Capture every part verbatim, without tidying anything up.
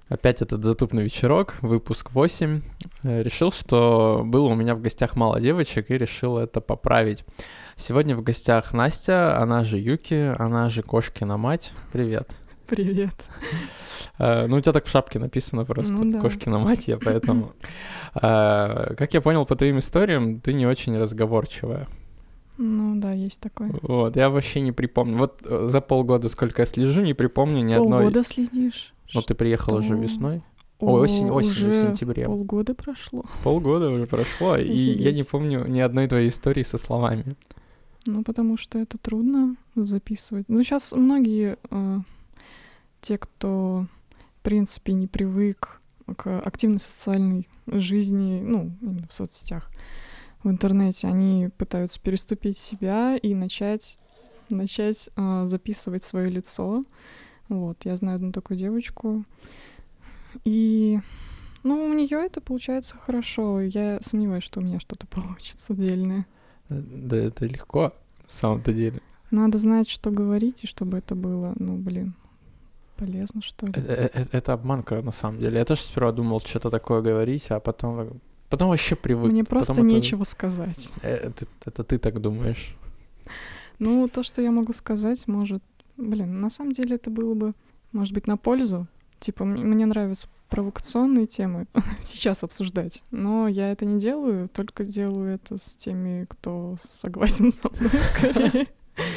Опять этот затупный вечерок, выпуск восемь. Решил, что было у меня в гостях мало девочек, и решил это поправить. Сегодня в гостях Настя, она же Юки, она же Кошкина мать. Привет. Привет. Ну, у тебя так в шапке написано просто, ну, да. Кошкина мать, я поэтому... Как я понял по твоим историям, ты не очень разговорчивая. Ну да, есть такое. Вот, я вообще не припомню. Вот за полгода, сколько я слежу, не припомню ни полгода одной... Полгода следишь? Ну, ты приехала Что? уже весной? О, осень, осенью, уже в сентябре. полгода прошло. Полгода уже прошло, и я не помню ни одной твоей истории со словами. Ну, потому что это трудно записывать. Ну, сейчас многие, э, те, кто, в принципе, не привык к активной социальной жизни, ну, именно в соцсетях, в интернете, они пытаются переступить себя и начать, начать э, записывать свое лицо. Вот, я знаю одну такую девочку. И, ну, у нее это получается хорошо. Я сомневаюсь, что у меня что-то получится отдельное. Да это легко, на самом-то деле. Надо знать, что говорить, и чтобы это было, ну, блин, полезно, что ли. Это, это обманка, на самом деле. Я тоже сперва думал, что-то такое говорить, а потом... Потом вообще привык. Мне просто потом нечего это... сказать. Это, это ты так думаешь? Ну, то, что я могу сказать, может... Блин, на самом деле это было бы, может быть, на пользу. Типа, мне нравятся провокационные темы сейчас обсуждать, но я это не делаю, только делаю это с теми, кто согласен со мной, скорее.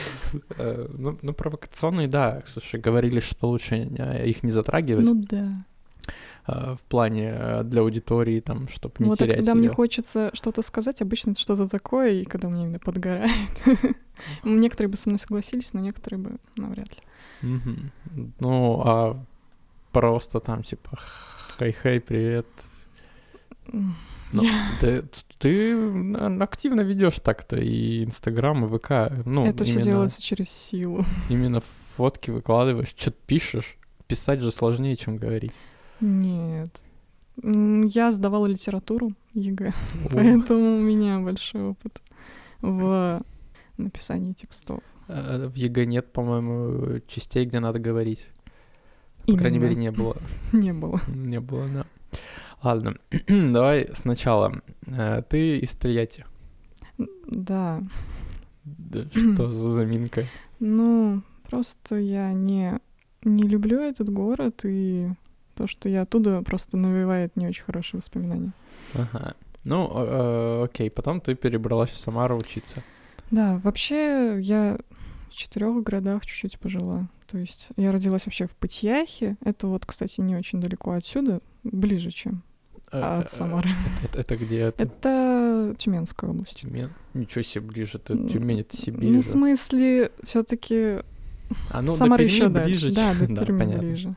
Ну, ну, провокационные, да. Слушай, говорили, что лучше их не затрагивать. Ну, да. В плане для аудитории, там, чтобы не вот, терять а когда её. мне хочется что-то сказать, обычно это что-то такое, и когда мне именно подгорает. Некоторые бы со мной согласились, но некоторые бы навряд ли. Mm-hmm. Ну, а просто там, типа, хей-хей, привет. Ну, Я... ты, ты активно ведешь так-то и Инстаграм, и ВК. Ну, это именно, все делается через силу. Именно фотки выкладываешь, что-то пишешь. Писать же сложнее, чем говорить. Нет. Я сдавала литературу ЕГЭ, поэтому у меня большой опыт в написании текстов. В ЕГЭ нет, по-моему, частей, где надо говорить. По Именно. крайней мере, не было. Не было. Не было, да. Ладно, давай сначала. Ты из Тольятти? Да. Да. Что за заминка? Ну, просто я не, не люблю этот город, и то, что я оттуда, просто навевает не очень хорошие воспоминания. Ага. Ну, э, окей, потом ты перебралась в Самару учиться. Да, вообще я в четырех городах чуть-чуть пожила. То есть я родилась вообще в Пытьяхе. Это вот, кстати, не очень далеко отсюда, ближе, чем от Самары. Это, это где это? Это Тюменская область. Тюмень? Ничего себе ближе. Это Тюмень, это Сибирь. Ну, в смысле, все-таки а, ну, Самара еще ближе. Дальше. Да, до да, Перми понятно. ближе.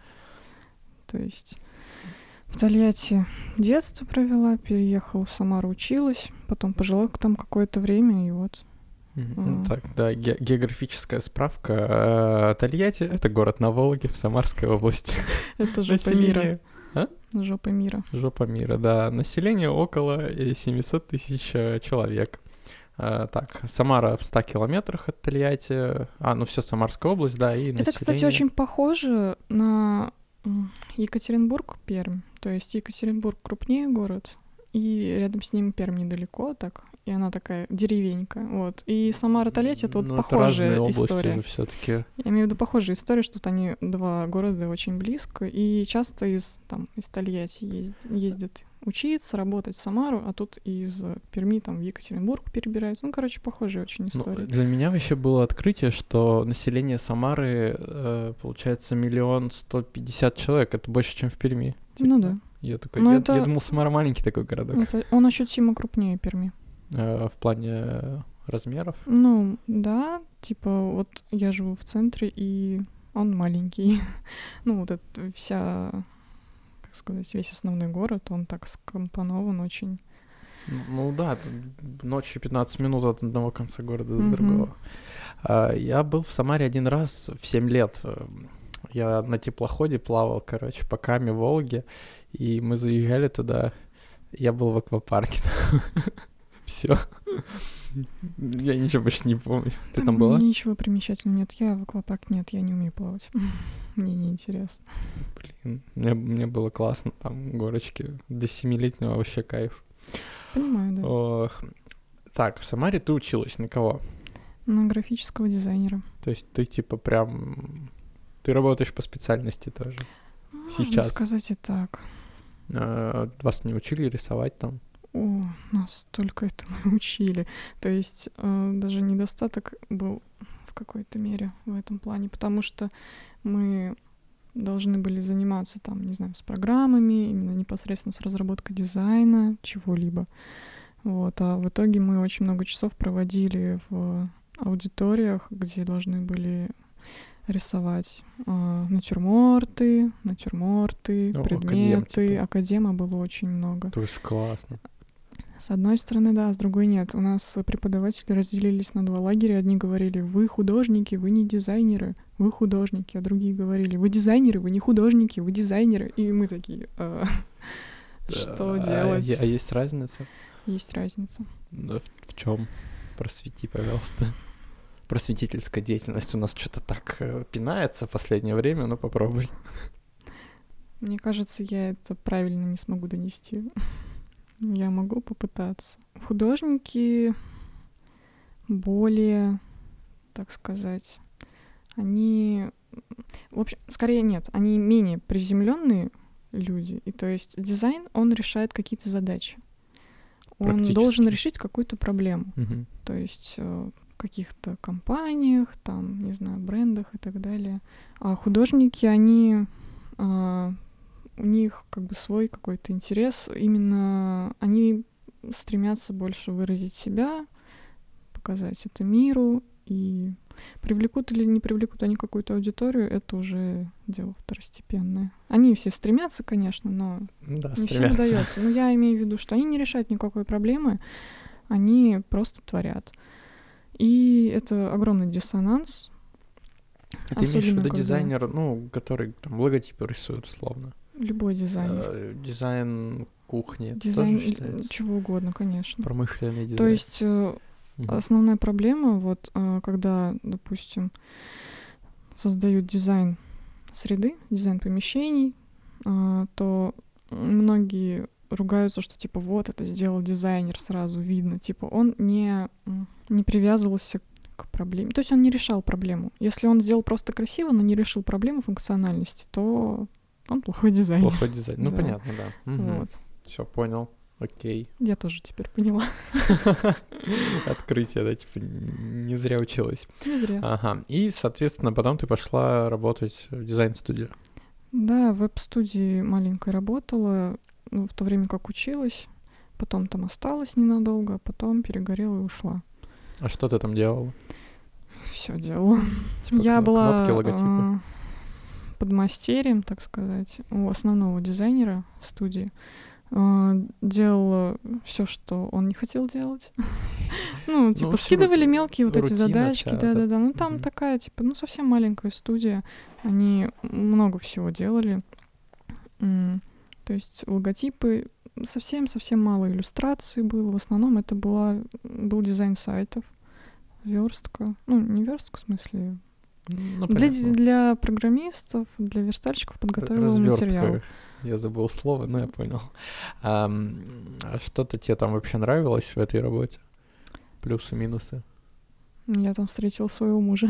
То есть в Тольятти детство провела, переехала в Самару, училась, потом пожила там какое-то время, и вот. Mm-hmm. Так, да, ге- географическая справка. Тольятти — это город на Волге в Самарской области. Это жопа мира. А? Жопа мира. Жопа мира, да. Население около семьсот тысяч человек. А, так, Самара в ста километрах от Тольятти. А, ну все, Самарская область, да, и население... Это, кстати, очень похоже на Екатеринбург, Пермь. То есть Екатеринбург крупнее город, и рядом с ним Пермь недалеко, так, и она такая деревенька, вот. И Самара, Тольятти — это вот ну, похожая это история. Же всё-таки. Я имею в виду похожая история, что вот они два города очень близко, и часто из, там, из Тольятти ездят, ездят учиться, работать в Самару, а тут из Перми там в Екатеринбург перебираются. Ну, короче, похожая очень история. Ну, для меня вообще было открытие, что население Самары, э, получается, миллион сто пятьдесят человек. Это больше, чем в Перми. Типа. Ну да. Я такой, я, это... я думал, Самара маленький такой городок. Это... Он ощутимо крупнее Перми. Э, в плане размеров? Ну, да. Типа, вот я живу в центре, и он маленький. ну, вот эта вся... как сказать, весь основной город, он так скомпонован очень. Ну да, ночью пятнадцать минут от одного конца города до mm-hmm. другого. А, я был в Самаре один раз в семь лет. Я на теплоходе плавал, короче, по Каме, Волге, и мы заезжали туда. Я был в аквапарке. Все. Я ничего больше не помню. Ты Там там была? Ничего примечательного нет. Я в аквапарк нет, я не умею плавать. Мне неинтересно. Блин, мне, мне было классно, там горочки. До семилетнего вообще кайф. Понимаю, да. Ох. Так, в Самаре ты училась на кого? На графического дизайнера. То есть ты типа прям... Ты работаешь по специальности тоже? Можно Сейчас. сказать и так. А, вас не учили рисовать там? О, нас только этому и учили. То есть э, даже недостаток был в какой-то мере в этом плане, потому что мы должны были заниматься там, не знаю, с программами, именно непосредственно с разработкой дизайна, чего-либо. Вот, а в итоге мы очень много часов проводили в аудиториях, где должны были рисовать э, натюрморты, натюрморты, Ну, предметы. академ, типа. Академа было очень много. То есть классно. С одной стороны, да, с другой нет. У нас преподаватели разделились на два лагеря. Одни говорили: вы художники, вы не дизайнеры, вы художники. А другие говорили: вы дизайнеры, вы не художники, вы дизайнеры. И мы такие: «А, что делать? А есть разница? Есть разница. В чем? Просвети, пожалуйста. Просветительская деятельность у нас что-то так э, пинается в последнее время, но попробуй. Мне кажется, я это правильно не смогу донести. Я могу попытаться. Художники более, так сказать, они... В общем, скорее нет, они менее приземленные люди. И то есть дизайн, он решает какие-то задачи. Он должен решить какую-то проблему. Угу. То есть в каких-то компаниях, там, не знаю, брендах и так далее. А художники, они... у них как бы свой какой-то интерес. Именно они стремятся больше выразить себя, показать это миру. И привлекут или не привлекут они какую-то аудиторию, это уже дело второстепенное. Они все стремятся, конечно, но да, не всем удается. Но я имею в виду, что они не решают никакой проблемы, они просто творят. И это огромный диссонанс. Ты имеешь в виду когда... дизайнер, ну, который там логотипы рисует, условно? Любой дизайнер. Э, дизайн кухни. Дизайн тоже считается? Чего угодно, конечно. Промышленный дизайн. То есть э, угу. основная проблема, вот, э, когда, допустим, создают дизайн среды, дизайн помещений, э, то многие ругаются, что типа вот это сделал дизайнер, сразу видно. Типа он не, не привязывался к проблеме. То есть он не решал проблему. Если он сделал просто красиво, но не решил проблему функциональности, то он плохой дизайнер. Плохой дизайнер. Ну, да. Понятно, да. Угу. Вот. Все, понял. Окей. Я тоже теперь поняла. Открытие, да, типа не зря училась. Не зря. Ага. И, соответственно, потом ты пошла работать в дизайн-студию. Да, в веб-студии маленькой работала, ну, в то время как училась. Потом там осталась ненадолго, а потом перегорела и ушла. А что ты там делала? Все делала. Типа Я кноп- была кнопки, логотипы. подмастерьем, так сказать, у основного дизайнера студии. Э, делала все, что он не хотел делать. Ну, типа, скидывали мелкие вот эти задачки. Да-да-да. Ну, там такая, типа, ну, совсем маленькая студия. Они много всего делали. То есть логотипы, совсем-совсем мало иллюстраций было. В основном это была, был дизайн сайтов, верстка. Ну, не верстка, в смысле... Ну, для, для программистов, для верстальщиков подготовила материал. Я забыл слово, но я понял. А, а что-то тебе там вообще нравилось в этой работе? Плюсы, минусы? Я там встретила своего мужа.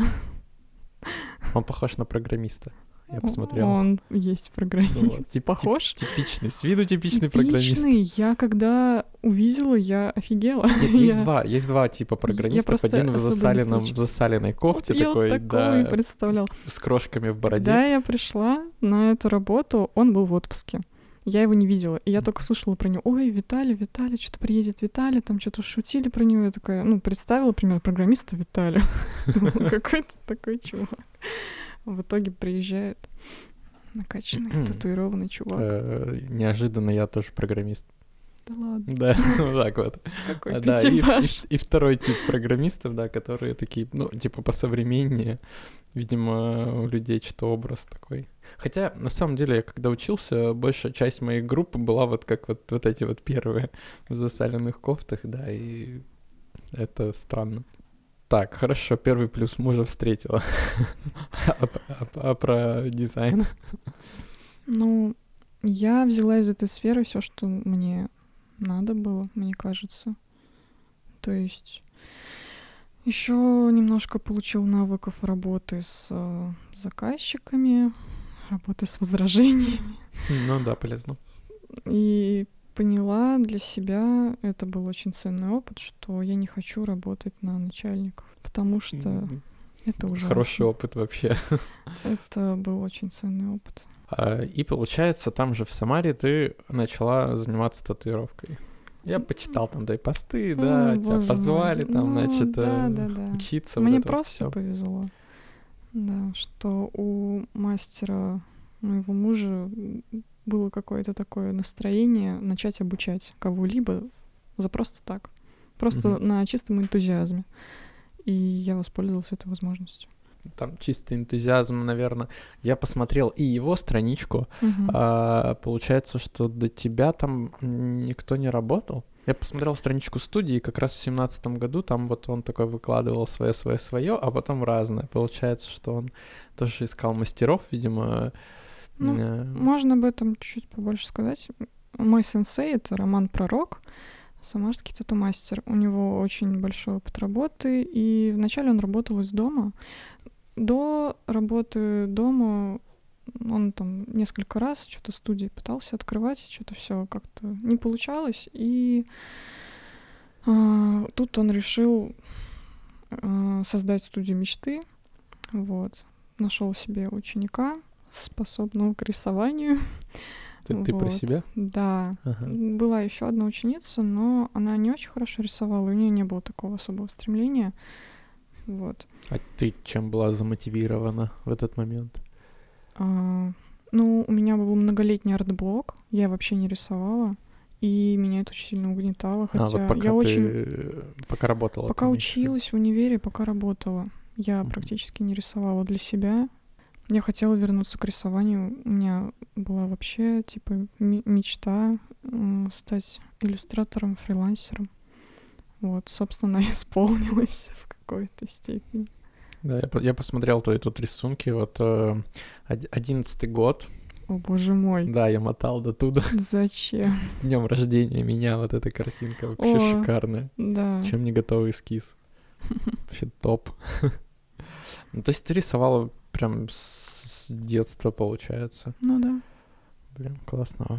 Он похож на программиста. Я посмотрел. Он есть программист. Ну, вот. Тип, Похож? Тип, типичный, с виду типичный, типичный программист. Типичный. Я когда увидела, я офигела. Нет, я... есть два, есть два типа программистов. Один в, засаленном, в засаленной кофте вот такой, я вот да, представлял. С крошками в бороде. Когда я пришла на эту работу, он был в отпуске. Я его не видела, и я только слышала про него. Ой, Виталий, Виталий, что-то приедет Виталий, там что-то шутили про него. Я такая, ну, представила, например, программиста Виталия. Какой-то такой чувак. В итоге приезжает накачанный, татуированный чувак. Неожиданно я тоже программист. Да ладно. Да, вот так вот. Какой А, ты да, и, и- типаж. и второй тип программистов, да, которые такие, ну, типа посовременнее. Видимо, у людей что-то образ такой. Хотя, на самом деле, я когда учился, большая часть моей группы была вот как вот, вот эти вот первые в засаленных кофтах, да, и это странно. Так, хорошо, первый плюс мужа встретила. А п- а п- а про дизайн? Ну, я взяла из этой сферы все, что мне надо было, мне кажется. То есть еще немножко получил навыков работы с э, заказчиками, работы с возражениями. Ну да, полезно. И поняла для себя, это был очень ценный опыт, что я не хочу работать на начальников, потому что М, это ужасно. Хороший опыт вообще. Это был очень ценный опыт. А, И получается, там же в Самаре ты начала заниматься татуировкой. Я почитал там, да, и посты, да, О, тебя боже позвали мой. там, Ну, значит, да, э, да, да. учиться, вот Мне это вот просто всё. повезло, да, что у мастера моего мужа м, было какое-то такое настроение начать обучать кого-либо за просто так, просто Мгм. на чистом энтузиазме. И я воспользовалась этой возможностью. Там чистый энтузиазм, наверное. Я посмотрел и его страничку. Мгм. А, получается, что до тебя там никто не работал. Я посмотрел страничку студии, как раз в семнадцатом году там вот он такой выкладывал свое, свое, свое, а потом разное. Получается, что он тоже искал мастеров, видимо. Ну, э, можно об этом чуть-чуть побольше сказать. Мой сенсей — это Роман Пророк, самарский тату-мастер. У него очень большой опыт работы, и вначале он работал из дома. До работы дома он там несколько раз что-то студии пытался открывать, что-то все как-то не получалось, и а, тут он решил а, создать студию мечты, вот, нашел себе ученика, способного к рисованию. Ты, ты про Вот. себя? Да. Ага. Была еще одна ученица, но она не очень хорошо рисовала, у нее не было такого особого стремления. Вот. А ты чем была замотивирована в этот момент? А, ну, у меня был многолетний артблок, я вообще не рисовала, и меня это очень сильно угнетало, А, хотя вот пока я ты очень... пока работала. Пока ты имеешь в виду? училась в универе, пока работала, я Мгм. практически не рисовала для себя. Я хотела вернуться к рисованию. У меня была вообще, типа, м- мечта м, стать иллюстратором, фрилансером. Вот, собственно, исполнилась в какой-то степени. Да, я, по- я посмотрел твои тут рисунки, вот э, од- одиннадцатый год, О, боже мой, да, я мотал до туда, зачем? с днем рождения меня, вот эта картинка вообще О, шикарная. да. Чем не готовый эскиз? Вообще топ. Ну, то есть ты рисовала прям с детства, получается. Ну да. Блин, классно.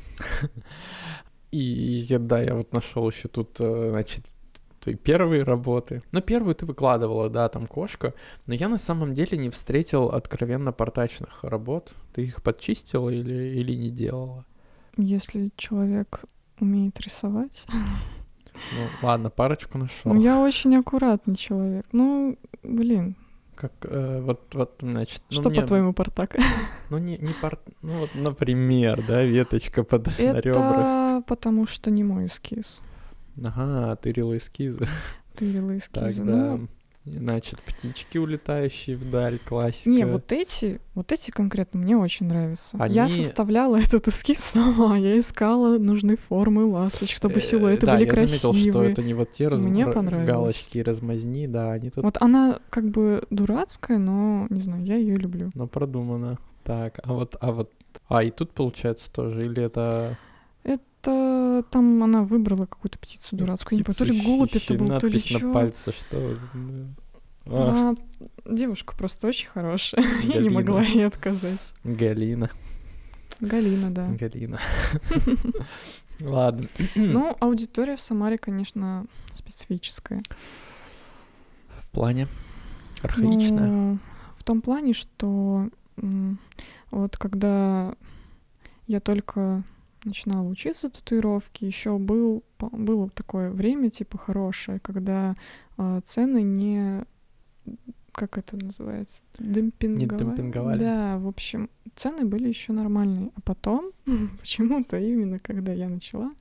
И я- да, я вот нашел еще тут, э, значит, твои первые работы. Ну, первую ты выкладывала, да, там кошка, но я на самом деле не встретил откровенно портачных работ. Ты их подчистила или, или не делала? Если человек умеет рисовать. Ну, ладно, парочку нашел. Ну, я очень аккуратный человек. Ну, блин, Как, э, вот, вот, значит, ну, что мне- по-твоему портак? ну, не, не пор... ну, вот, например, да, веточка под, на ребрах. Это потому что не мой эскиз. Ага, тырила эскизы. Тырила Так, эскизы. да. Ну, Значит, птички, улетающие вдаль, классика. не, вот эти, вот эти конкретно мне очень нравятся. Я Они- составляла этот эскиз сама, я искала нужные формы ласточек, чтобы Э, силуэты да, были я заметил, что красивые. это не вот те раз... Мне ра- понравилось. галочки и размазни, да, они тут, Вот она как бы дурацкая, но, не знаю, я ее люблю. но продумано. Так, а вот, а вот... А, и тут получается тоже, или это... Это там она выбрала какую-то птицу дурацкую, не помню, то ли птицу, голубь щи- это был, то ли надпись на чё. пальце, что... А, А, девушка просто очень хорошая. Я не Галина. могла ей отказать. Галина, Галина, да. Галина. Ладно. Ну, аудитория в Самаре, конечно, специфическая. В плане архаичная. Ну, в том плане, что м, вот когда я только начинала учиться татуировки, еще был, по- было такое время, типа, хорошее, когда а, цены не... Как это называется? Демпинговали. демпинговали. Да, в общем, цены были еще нормальные. А потом, почему-то именно когда я начала,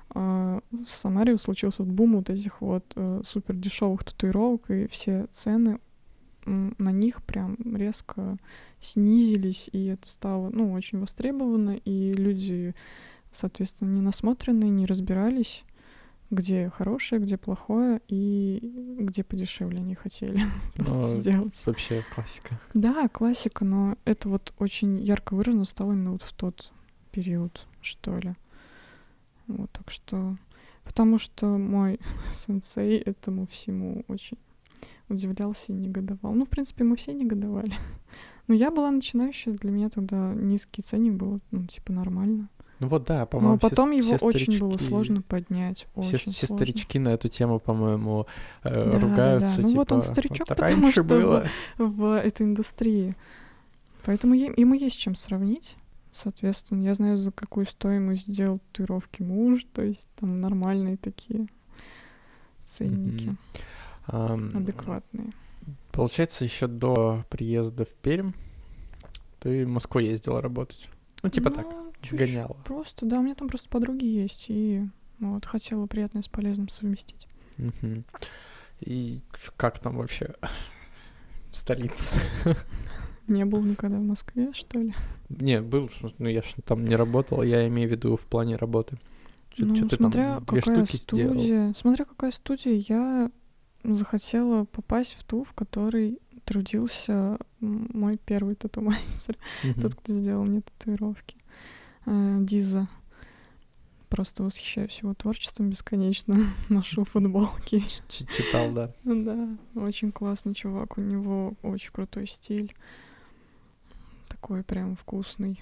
А в Самаре случился вот бум вот этих вот э, супер дешевых татуировок, и все цены м, на них прям резко снизились, и это стало, ну, очень востребовано, и люди, соответственно, не насмотренные, не разбирались, где хорошее, где плохое, и где подешевле они хотели просто Ну, сделать. вообще классика. Да, классика, но это вот очень ярко выражено стало именно вот в тот период, что ли. Вот, так что... Потому что мой сенсей этому всему очень удивлялся и негодовал. Ну, в принципе, мы все негодовали. Но я была начинающая, для меня тогда низкий ценник был, ну, типа, нормально. Ну вот да, по-моему, Но потом все, его все очень было старички- сложно поднять, Все, очень все сложно. старички на эту тему, по-моему, э, Да, да, ругаются, да. Ну типа, вот он старичок, вот потому раньше что было. в, в этой индустрии. Поэтому е- ему есть чем сравнить. Соответственно, я знаю, за какую стоимость сделал татуировки муж, то есть там нормальные такие ценники, Мгм. Ам, адекватные. Получается, еще до приезда в Пермь ты в Москву ездила работать. Ну, типа так, Ну, чуть сгоняла. просто, да, у меня там просто подруги есть, и вот хотела приятное с полезным совместить. Мгм. И ч- как там вообще столица? Не был никогда в Москве, что ли? Не, был, ну я ж там не работал, я имею в виду в плане работы. Что Ну, ты смотря там две какая штуки сделал? студия, смотря какая студия, я захотела попасть в ту, в которой трудился м, мой первый тату-мастер, Мгм. тот, кто сделал мне татуировки. Э, Диза. Просто восхищаюсь его творчеством бесконечно. Ношу футболки. Ч- Читал, да. Да, очень классный чувак. У него очень крутой стиль. Такой прям вкусный.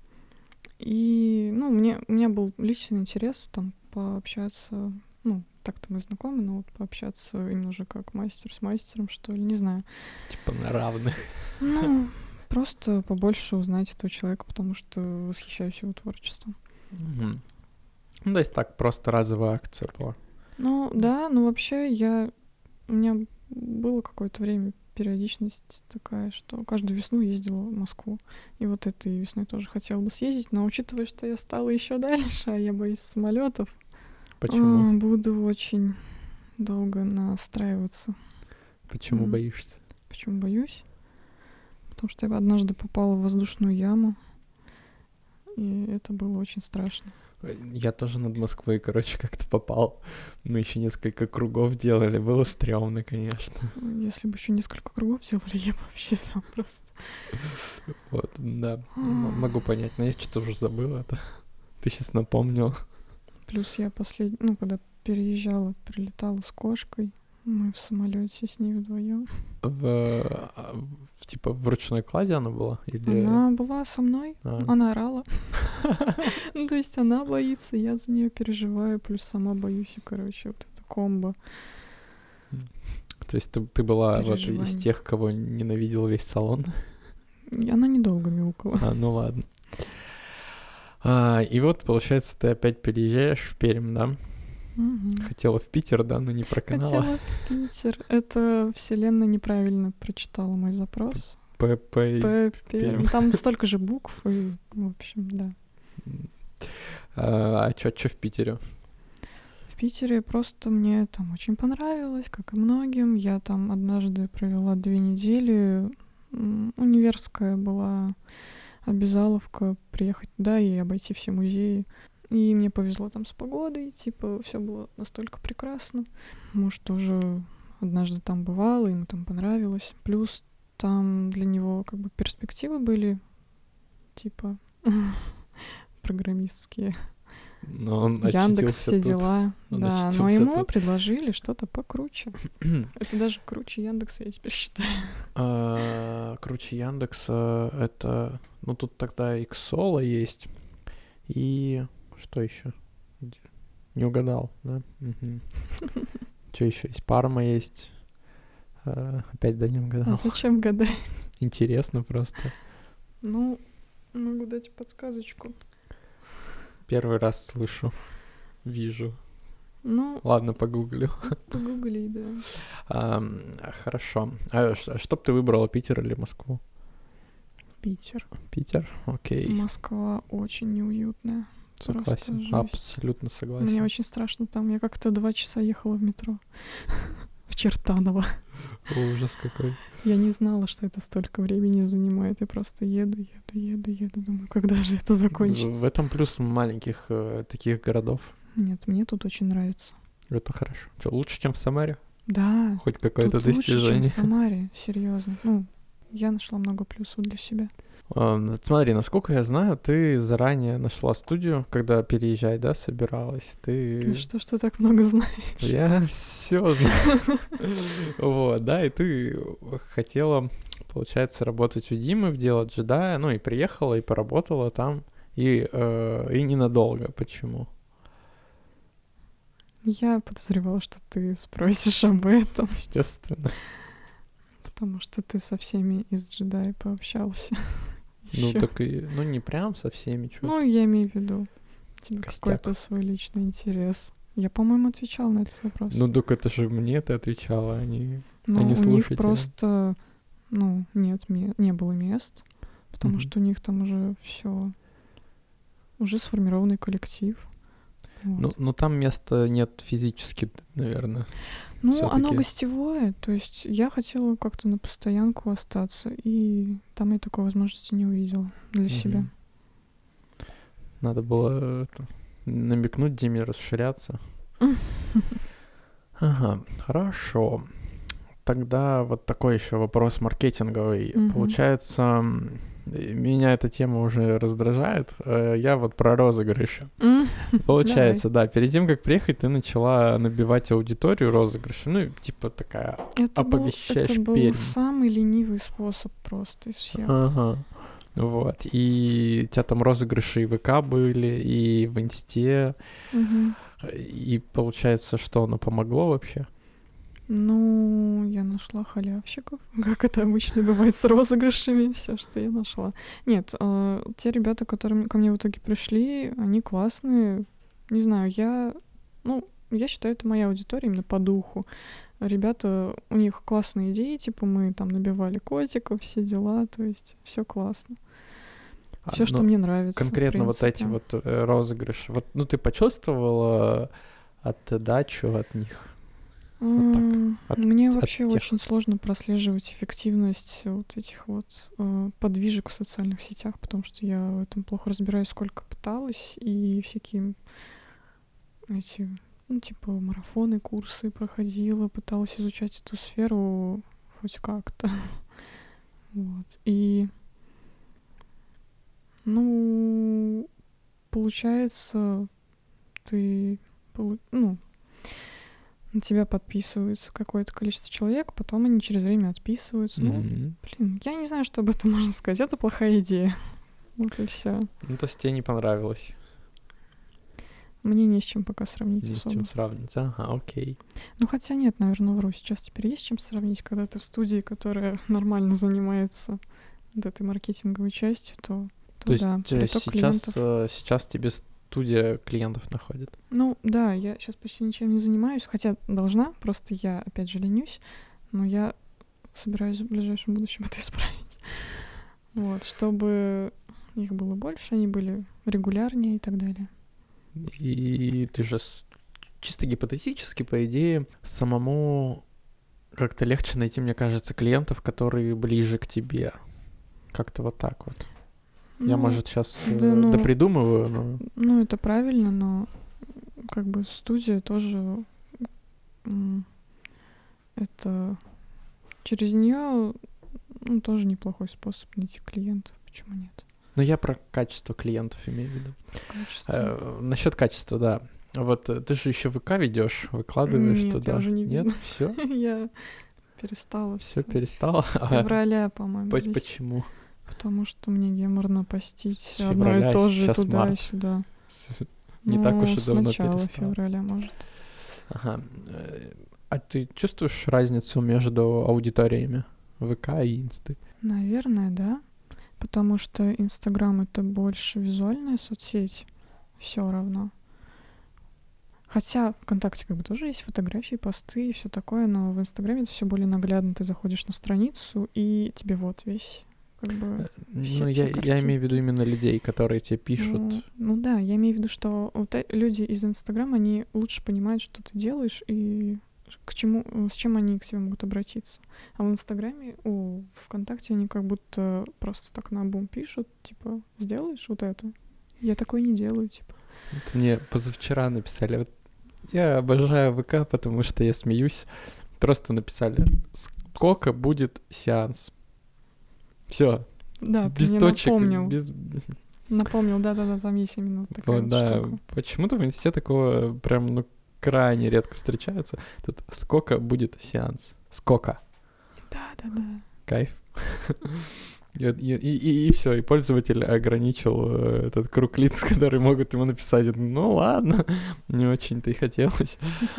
И, ну, мне, у меня был личный интерес там пообщаться. Ну, так-то мы знакомы, но вот пообщаться именно уже как мастер с мастером, что ли, не знаю. Типа на равных. Ну, просто побольше узнать этого человека, потому что восхищаюсь его творчеством. Мгм. Ну, то есть так, просто разовая акция была. Ну, да, ну вообще я... У меня было какое-то время периодичность такая, что каждую весну ездила в Москву. И вот этой весной тоже хотела бы съездить, но учитывая, что я стала еще дальше, а я боюсь самолетов, Почему? буду очень долго настраиваться. Почему Мгм. боишься? Почему боюсь? Потому что я однажды попала в воздушную яму, и это было очень страшно. Я тоже над Москвой, короче, как-то попал. Мы еще несколько кругов делали. Было стрёмно, конечно. Если бы еще несколько кругов сделали, я бы вообще там просто... Вот, да. М- Могу понять, но я что-то уже забыл это. Ты сейчас напомнил. Плюс я послед... ну, когда переезжала, прилетала с кошкой, мы в самолете с ней вдвоем. В, а, в- типа в ручной кладе она была? Или... Она была со мной, А, она орала. Ну, то есть она боится, я за нее переживаю, плюс сама боюсь, и, короче, вот это комбо. То есть ты, ты была вот из Переживаний. тех, кого ненавидел весь салон? И она недолго мяукала. А, ну ладно. А, и вот, получается, ты опять переезжаешь в Пермь, да? Мгм. Хотела в Питер, да, но не проканала. Хотела в Питер. Это вселенная неправильно прочитала мой запрос. ПП. и- П, Пермь. Пермь. Там столько же букв, и, в общем, да. А, а чё, чё в Питере? В Питере просто мне там очень понравилось, как и многим. Я там однажды провела две недели. М, Универская была обязаловка приехать туда и обойти все музеи. И мне повезло там с погодой, типа, все было настолько прекрасно. Муж тоже однажды там бывал, ему там понравилось. Плюс там для него как бы перспективы были, типа, программистские. Но он Яндекс, очутился все тут. дела. Он Да, но очутился ему тут. предложили что-то покруче. Это даже круче Яндекса, я теперь считаю. А, круче Яндекса это... Ну, тут тогда Иксола есть. И... Что еще? Не угадал, да? Что еще есть? Парма есть. А, опять, да, не А угадал. зачем гадать? Интересно просто. Ну, могу дать подсказочку. Первый раз слышу. Вижу. Ну, Ладно, погуглю. погугли, да. А, хорошо. А ш- что б ты выбрала, Питер или Москву? Питер. Питер? Окей. Москва очень неуютная. Согласен, жесть. абсолютно согласен. Мне очень страшно там. Я как-то два часа ехала в метро. В Чертаново. Ужас какой. Я не знала, что это столько времени занимает. Я просто еду, еду, еду, еду. Думаю, когда же это закончится? В этом плюс маленьких э, таких городов. Нет, мне тут очень нравится. Это хорошо. Что, лучше, чем в Самаре? Да. Хоть какое-то тут лучше, чем достижение. в Самаре, серьезно. Ну, я нашла много плюсов для себя. А, смотри, насколько я знаю, ты заранее нашла студию, когда переезжать, да, собиралась. Ты... Ну что ж ты так много знаешь? Я все знаю. Вот, да, и ты хотела, получается, работать у Димы в дело джедая, ну и приехала, и поработала там, и, э, и ненадолго. Почему? Я подозревала, что ты спросишь об этом. Естественно. Потому что ты со всеми из джедая пообщался. Ну, Ещё. так и, ну, не прям со всеми, чё. Ну, я имею в виду, у тебя Костяк. какой-то свой личный интерес. Я, по-моему, отвечала на этот вопрос. Ну, так это же мне ты отвечала, а не... Но а не у них слушателям. просто, ну, нет, ме- не было мест, потому Мгм. что у них там уже все, уже сформированный коллектив. Вот. Ну, ну, там места нет физически, наверное. Ну, всё-таки. оно гостевое, то есть я хотела как-то на постоянку остаться, и там я такой возможности не увидела для Мгм. себя. Надо было это, намекнуть Диме расширяться. Ага, хорошо. Тогда вот такой еще вопрос маркетинговый. Мгм. Получается, м, меня эта тема уже раздражает. Э, Я вот про розыгрыши. М, Получается, да, перед тем, как приехать, ты начала набивать аудиторию розыгрыша. Ну, и типа такая... Это был, Оповещаешь это был Пермь. самый ленивый способ просто из всех. Ага. Вот. И у тебя там розыгрыши и в ВК были, и в Инсте. Мгм. И получается, что оно помогло вообще? Ну, я нашла халявщиков, как это обычно бывает с розыгрышами, все, что я нашла. Нет, а, те ребята, которые ко мне в итоге пришли, они классные. Не знаю, я, ну, я считаю, это моя аудитория именно по духу. Ребята, у них классные идеи, типа мы там набивали котиков, все дела, то есть все классно. А, Все, что ну, мне нравится. в конкретно вот эти принципе. вот э, розыгрыши. Вот, ну, ты почувствовала отдачу от них? Вот так, М, от- Мне от вообще тех. очень сложно прослеживать эффективность вот этих вот э, подвижек в социальных сетях, потому что я в этом плохо разбираюсь, сколько пыталась, и всякие эти, ну, типа, марафоны, курсы проходила, пыталась изучать эту сферу хоть как-то. Вот. И, ну, получается, ты, полу- ну, на тебя подписывается какое-то количество человек, потом они через время отписываются. Ну, Мгм. блин, я не знаю, что об этом можно сказать. Это плохая идея. Вот и все. Ну, то есть тебе не понравилось. Мне не с чем пока сравнить Не с особо. чем сравнить. Ага, окей. Ну, хотя нет, наверное, вру. Сейчас теперь есть с чем сравнить, когда ты в студии, которая нормально занимается вот этой маркетинговой частью, то, то, То есть да, э, приток сейчас, клиентов. э, сейчас тебе студия клиентов находит? Ну, да, я сейчас почти ничем не занимаюсь, хотя должна, просто я, опять же, ленюсь, но я собираюсь в ближайшем будущем это исправить. Вот, чтобы их было больше, они были регулярнее и так далее. И ты же с- чисто гипотетически, по идее, самому как-то легче найти, мне кажется, клиентов, которые ближе к тебе. Как-то вот так вот. Я, Ну, может, сейчас да, ну, допридумываю, но... Ну, это правильно, но как бы студия тоже м, это через нее ну, тоже неплохой способ найти клиентов. Почему нет? Но я про качество клиентов имею в виду. Качество. Э, насчет качества, да. Вот э, ты же еще ВК ведешь, выкладываешь Нет, туда. я уже не Нет, веду. все, Я перестала все с перестала. февраля, по-моему, По- вести, Почему? потому что мне геморно постить С одно февраля, и то же щас март. туда-сюда. Не так уж и Ну, давно с начала перестала. февраля, может. Ага. Э, А ты чувствуешь разницу между аудиториями ВК и Инсты? Наверное, да. Потому что Инстаграм — это больше визуальная соцсеть. Все равно. Хотя ВКонтакте как бы тоже есть фотографии, посты и все такое, но в Инстаграме это все более наглядно. Ты заходишь на страницу, и тебе вот весь как бы Ну, все, я, все я имею в виду именно людей, которые тебе пишут. Ну, ну да, я имею в виду, что вот э- люди из Инстаграма, они лучше понимают, что ты делаешь и к чему, с чем они к себе могут обратиться. А в Инстаграме, о, в ВКонтакте они как будто просто так наобум пишут, типа, сделаешь вот это? Я такое не делаю, типа. Это мне позавчера написали. Вот я обожаю ВК, потому что я смеюсь. Просто написали, сколько будет сеанс. Все. Да, ты Без мне точек, напомнил. без... Напомнил, да-да-да, там есть именно такая Вот, вот да, штука. почему-то в инсте такого прям, ну, крайне редко встречается. Тут сколько будет сеанс? Сколько? Да-да-да. Кайф. И, и, и, и все, и пользователь ограничил э, этот круг лиц, которые могут ему написать. Я думаю, ну ладно, не очень-то и хотелось.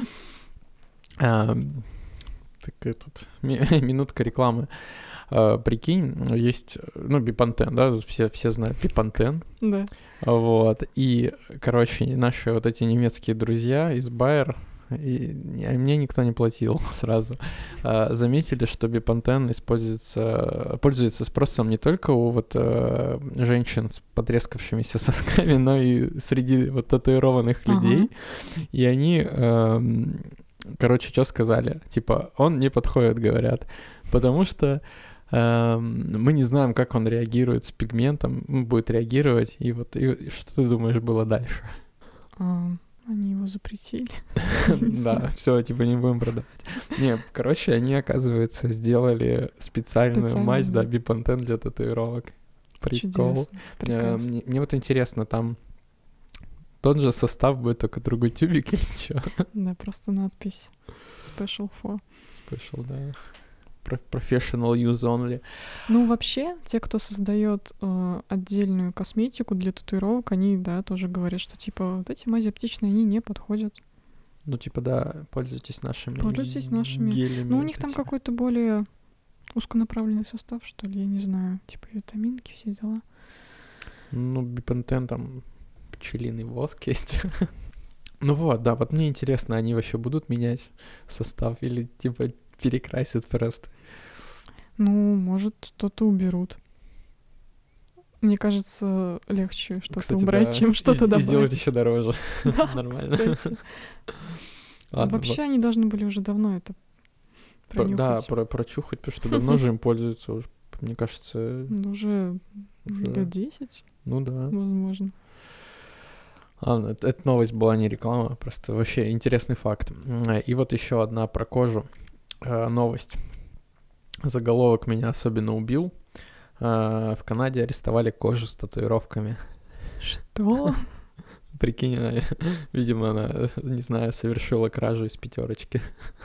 А, так этот, ми- минутка рекламы. А, прикинь, есть, ну, Бипантен, да, все, все знают Бипантен. Да. Вот, и, короче, наши вот эти немецкие друзья из Байер, и а мне никто не платил сразу, а, заметили, что Бипантен используется, пользуется спросом не только у вот а, женщин с потрескавшимися сосками, но и среди вот татуированных Ага. людей, и они, а, короче, что сказали, типа, он не подходит, говорят, потому что мы не знаем, как он реагирует с пигментом, будет реагировать, и вот и, и что ты думаешь было дальше? А, они его запретили. Да, все, типа не будем продавать. Не, короче, они, оказывается, сделали специальную мазь, да, Бипантен для татуировок. Прикол. Мне, мне вот интересно, там тот же состав будет, только другой тюбик или что? Да, просто надпись Special for. Special, да. Professional use only. Ну, вообще, те, кто создает э, отдельную косметику для татуировок, они, да, тоже говорят, что, типа, вот эти мази оптичные, они не подходят. Ну, типа, да, пользуйтесь нашими Пользуйтесь нашими. гелями. Ну, у вот них там этими. какой-то более узконаправленный состав, что ли, я не знаю. Типа, витаминки, все дела. Ну, Бипантен, там пчелиный воск есть. Ну вот, да, вот мне интересно, они вообще будут менять состав или, типа, перекрасят просто? Ну, может, что-то уберут. Мне кажется, легче что-то Кстати, убрать, да. чем что-то и, добавить. И сделать еще дороже. Да, Нормально. кстати. Ладно, Вообще они должны были уже давно это про- Да, пронюхать. про- прочухать, потому что давно же им пользуются уже, мне кажется. Ну, Уже Уже. лет десять, Ну да. возможно. Ладно, это, это новость была, не реклама, просто вообще интересный факт. И вот еще одна про кожу э, новость. Заголовок меня особенно убил. Э, в Канаде арестовали кожу с татуировками. Что? Прикинь, она, видимо, она, не знаю, совершила кражу из пятерочки.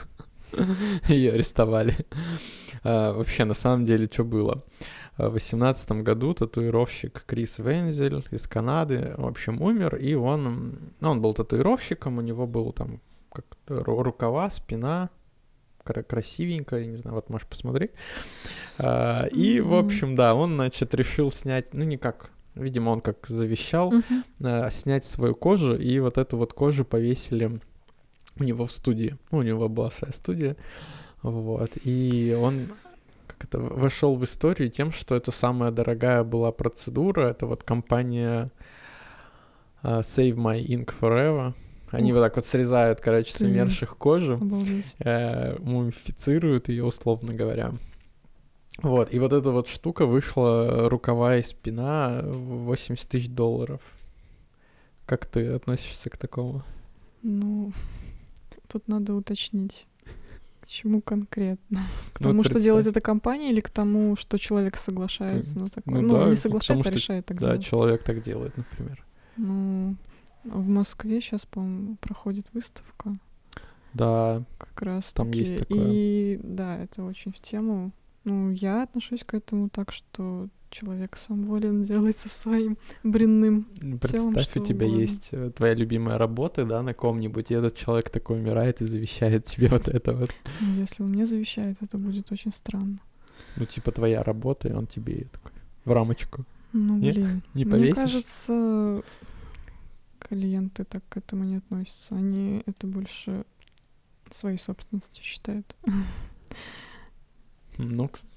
Ее арестовали. А, вообще, на самом деле, что было? В две тысячи восемнадцатом году татуировщик Крис Вензель из Канады, в общем, умер, и он, ну, он был татуировщиком, у него был там как рукава, спина, красивенько, я не знаю, вот можешь посмотреть. А, и, в общем, да, он, значит, решил снять, ну, никак, видимо, он как завещал, Мгм. а, снять свою кожу, и вот эту вот кожу повесили у него в студии. Ну, у него была своя студия, вот, и он как это, вошел в историю тем, что это самая дорогая была процедура, это вот компания uh, Save My Ink Forever. Они Ух вот так вот срезают, короче, с ты. умерших кожу, Обалдеть. э, мумифицируют ее, условно говоря. Вот, и вот эта вот штука вышла, рукава и спина, восемьдесят тысяч долларов. Как ты относишься к такому? Ну, тут надо уточнить, к чему конкретно. К Ну, тому, вот что представь. делает эта компания, или к тому, что человек соглашается на такое? Ну Ну, да, не к соглашается, тому, а что, решает так Да, сделать. человек так делает, например. Ну, в Москве сейчас, по-моему, проходит выставка Да, как раз там таки. есть такое. И да, это очень в тему. Ну, я отношусь к этому так, что человек сам волен делать со своим бренным телом Представь, что у тебя угодно. есть э, твоя любимая работа, да, на ком-нибудь, и этот человек такой умирает и завещает тебе вот это вот. Ну, если он мне завещает, это будет очень странно. Ну, типа твоя работа, и он тебе такой в рамочку. Ну, Не? блин. Не Мне повесишь? кажется, клиенты так к этому не относятся. Они это больше своей собственностью считают. Ну, кс-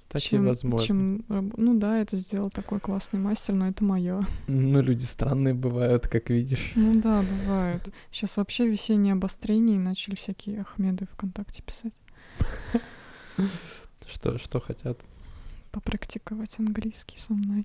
Так и чем, возможно. чем... раб- Ну да, это сделал такой классный мастер, но это мое. Ну, люди странные бывают, как видишь. Ну да, бывают. Сейчас вообще весеннее обострение, и начали всякие Ахмеды ВКонтакте писать. Что, что хотят? Попрактиковать английский со мной.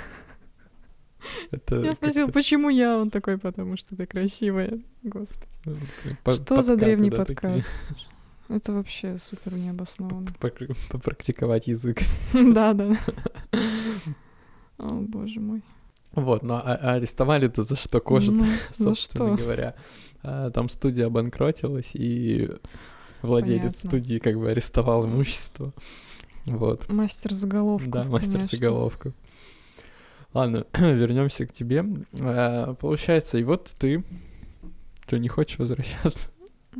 Это Я спросила, как-то, почему я? Он такой, потому что ты красивая. Господи. э, по- Что за подкаты, древний да, подкат? такие. Это вообще супер необоснованно. Пок- Попрактиковать язык. Да, да. О, боже мой. Вот, ну а а арестовали-то за что кожу, Ну, за собственно что? говоря. А, Там студия обанкротилась, и владелец Понятно. студии как бы арестовал имущество. Вот. Мастер заголовков, Да, мастер конечно. заголовков. Ладно, вернемся к тебе. А, Получается, и вот ты... Что, не хочешь возвращаться?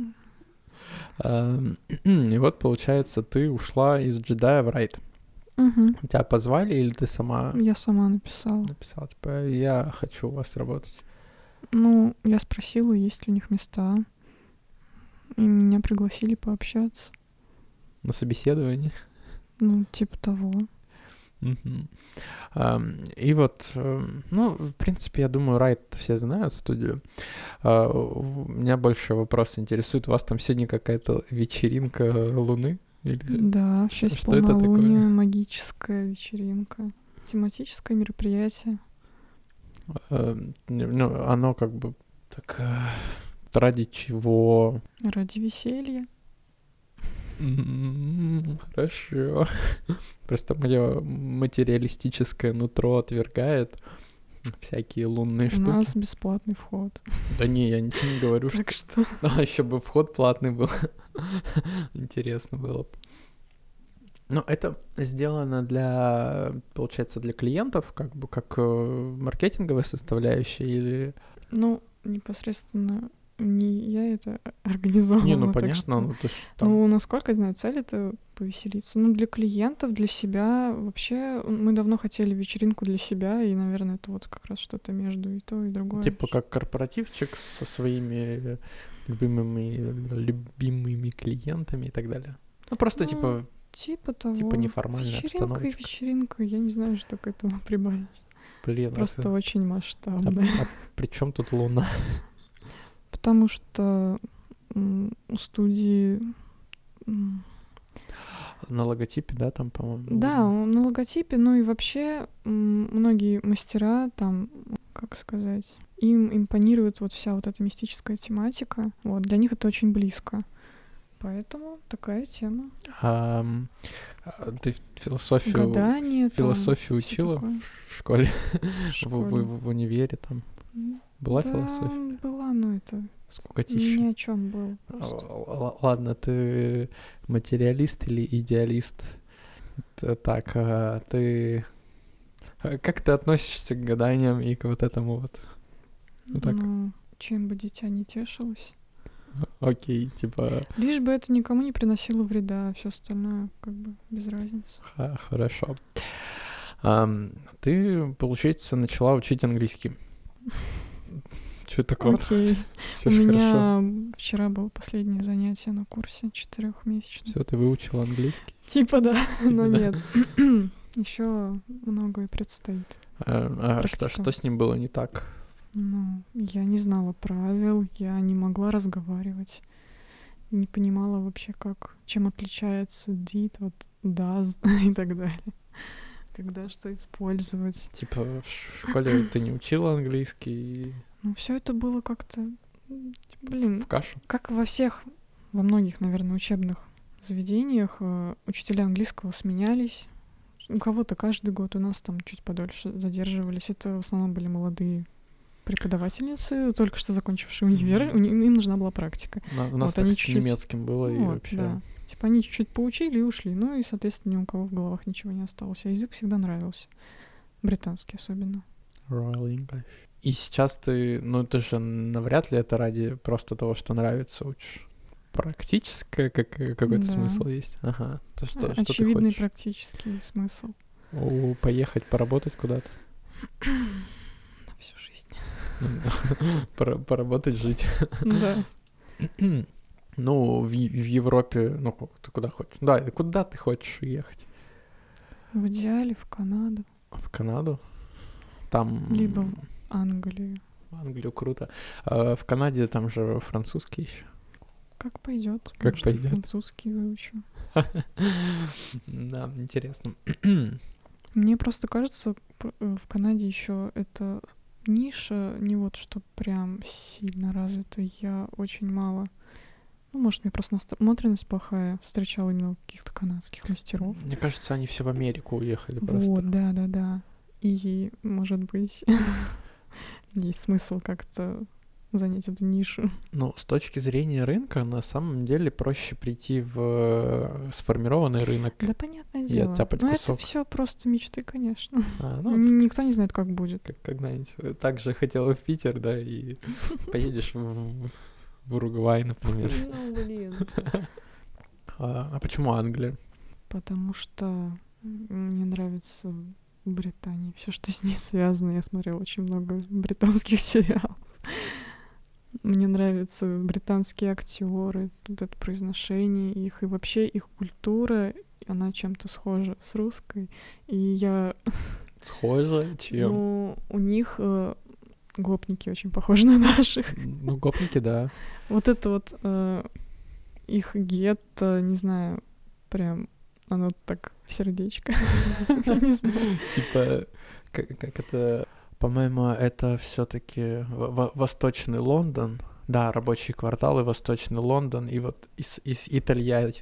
А, И вот, получается, ты ушла из джедая в райд. Мгм. Тебя позвали или ты сама Я сама написала. написала, типа, я хочу у вас работать? Ну, я спросила, есть ли у них места. И меня пригласили пообщаться. На собеседование? Ну, типа того. Мгм. Ам, И вот, эм, ну, в принципе, я думаю, Райт все знают студию. А, у- Меня больше вопрос интересует. У вас там сегодня какая-то вечеринка Луны? Или Да, в ш- честь что это такое? полнолуния, магическая вечеринка. Тематическое мероприятие. Эм, не- Ну, оно как бы так... э, Ради чего? Ради веселья. М, Хорошо. Просто мое материалистическое нутро отвергает всякие лунные У штуки. нас бесплатный вход. Да не, я ничего не говорю, что... Так что... А еще бы вход платный был. Интересно было бы. Но это сделано для, получается, для клиентов, как бы как э, маркетинговая составляющая или... Ну, непосредственно не я это организовала. Не, ну так понятно, что- ну ты ж там... Ну, насколько я знаю, цель — это повеселиться. Ну, для клиентов, для себя. Вообще, мы давно хотели вечеринку для себя, и, наверное, это вот как раз что-то между и то, и другое. Типа как корпоративчик со своими любимыми, любимыми клиентами и так далее. Ну просто Ну, типа, Типа того. типа неформальная Вечеринка и обстановочка. вечеринка. Я не знаю, что к этому прибавить. Блин, Просто это- очень а, масштабно. а при чем тут Луна? Потому что м, у студии... м, На логотипе, да, там, по-моему. Да, Луна. на логотипе, ну и вообще м, многие мастера там, как сказать, им импонирует вот вся вот эта мистическая тематика. Вот, для них это очень близко. Поэтому такая тема. А, м, а ты философию, Гадание. там, философию всё учила такое. в школе, В в, школе. в- в универе там? Была Да, философия? была, но это Скукотища. ни о чем было. А, просто. л- Ладно, ты материалист или идеалист? Т- Так, а ты... а Как ты относишься к гаданиям и к вот этому вот? Ну так. Ну, чем бы дитя не тешилось. Окей, типа, Лишь бы это никому не приносило вреда, а все остальное как бы без разницы. ха- хорошо. Ам, Ты, получается, начала учить английский. Что такого? Окей. Все У же хорошо. меня вчера было последнее занятие на курсе четырехмесячном. Все, ты выучила английский. Типа да, Типа но да. нет. Еще многое предстоит. А, а что, Практика. что с ним было не так? Ну, я не знала правил, я не могла разговаривать. Не понимала вообще, как, чем отличается did от does и так далее. Когда что использовать. Типа в ш- в школе ты не учила английский Ну, все это было как-то, м, блин, в кашу? как во всех, во многих, наверное, учебных заведениях э, учителя английского сменялись. У кого-то каждый год, у нас там чуть подольше задерживались. Это в основном были молодые преподавательницы, только что закончившие универ. Мгм. У ни- Им нужна была практика. На- У нас Вот так они с чуть-чуть- немецким было и Вот, вообще. да. Типа они чуть-чуть поучили и ушли. Ну и, соответственно, ни у кого в головах ничего не осталось. А язык всегда нравился. Британский особенно. Royal English. И сейчас ты, ну ты же навряд ли это ради просто того, что нравится, учишь. Практическое как, какой-то Да. смысл есть. Ага. То что, А- что ты Очевидный хочешь? практический смысл О, поехать поработать куда-то? на всю жизнь. Пора- Поработать, жить. Да. Ну, в, Е- в Европе, ну, ку- ты куда хочешь? Да, куда ты хочешь уехать? В идеале в Канаду. В Канаду? Там... Либо в Англию. В Англию круто. А в Канаде там же французский еще. Как пойдет. Как Может, пойдет. Французский выучу. Да, интересно. Мне просто кажется, в Канаде еще это ниша не вот что прям сильно развита. Я очень мало... Ну, может, мне просто насмотренность плохая. Встречала именно каких-то канадских мастеров. Мне кажется, они все в Америку уехали просто. Вот, да-да-да. И, может быть, есть смысл как-то занять эту нишу. Ну, с точки зрения рынка, на самом деле проще прийти в сформированный рынок. Да, понятное И дело. оттяпать Но кусок. это все просто мечты, конечно. А, ну, Ни- Никто не знает, как будет. как когда-нибудь. Так же хотела в Питер, да, и поедешь в, в Уругвай, например. Ну, блин. А, а почему Англия? Потому что мне нравится Британия. Все, что с ней связано. Я смотрела очень много британских сериалов. Мне нравятся британские актеры, вот это произношение их, и вообще их культура, она чем-то схожа с русской. И я... Схоже, чем? Ну, у них э, гопники очень похожи на наших. Ну, гопники, да. Вот это вот э, их гетто, не знаю, прям оно так в сердечко. Не знаю. Типа, как, как это... По-моему, это все-таки восточный Лондон. Да, рабочие кварталы, восточный Лондон, и вот из, из Итальяти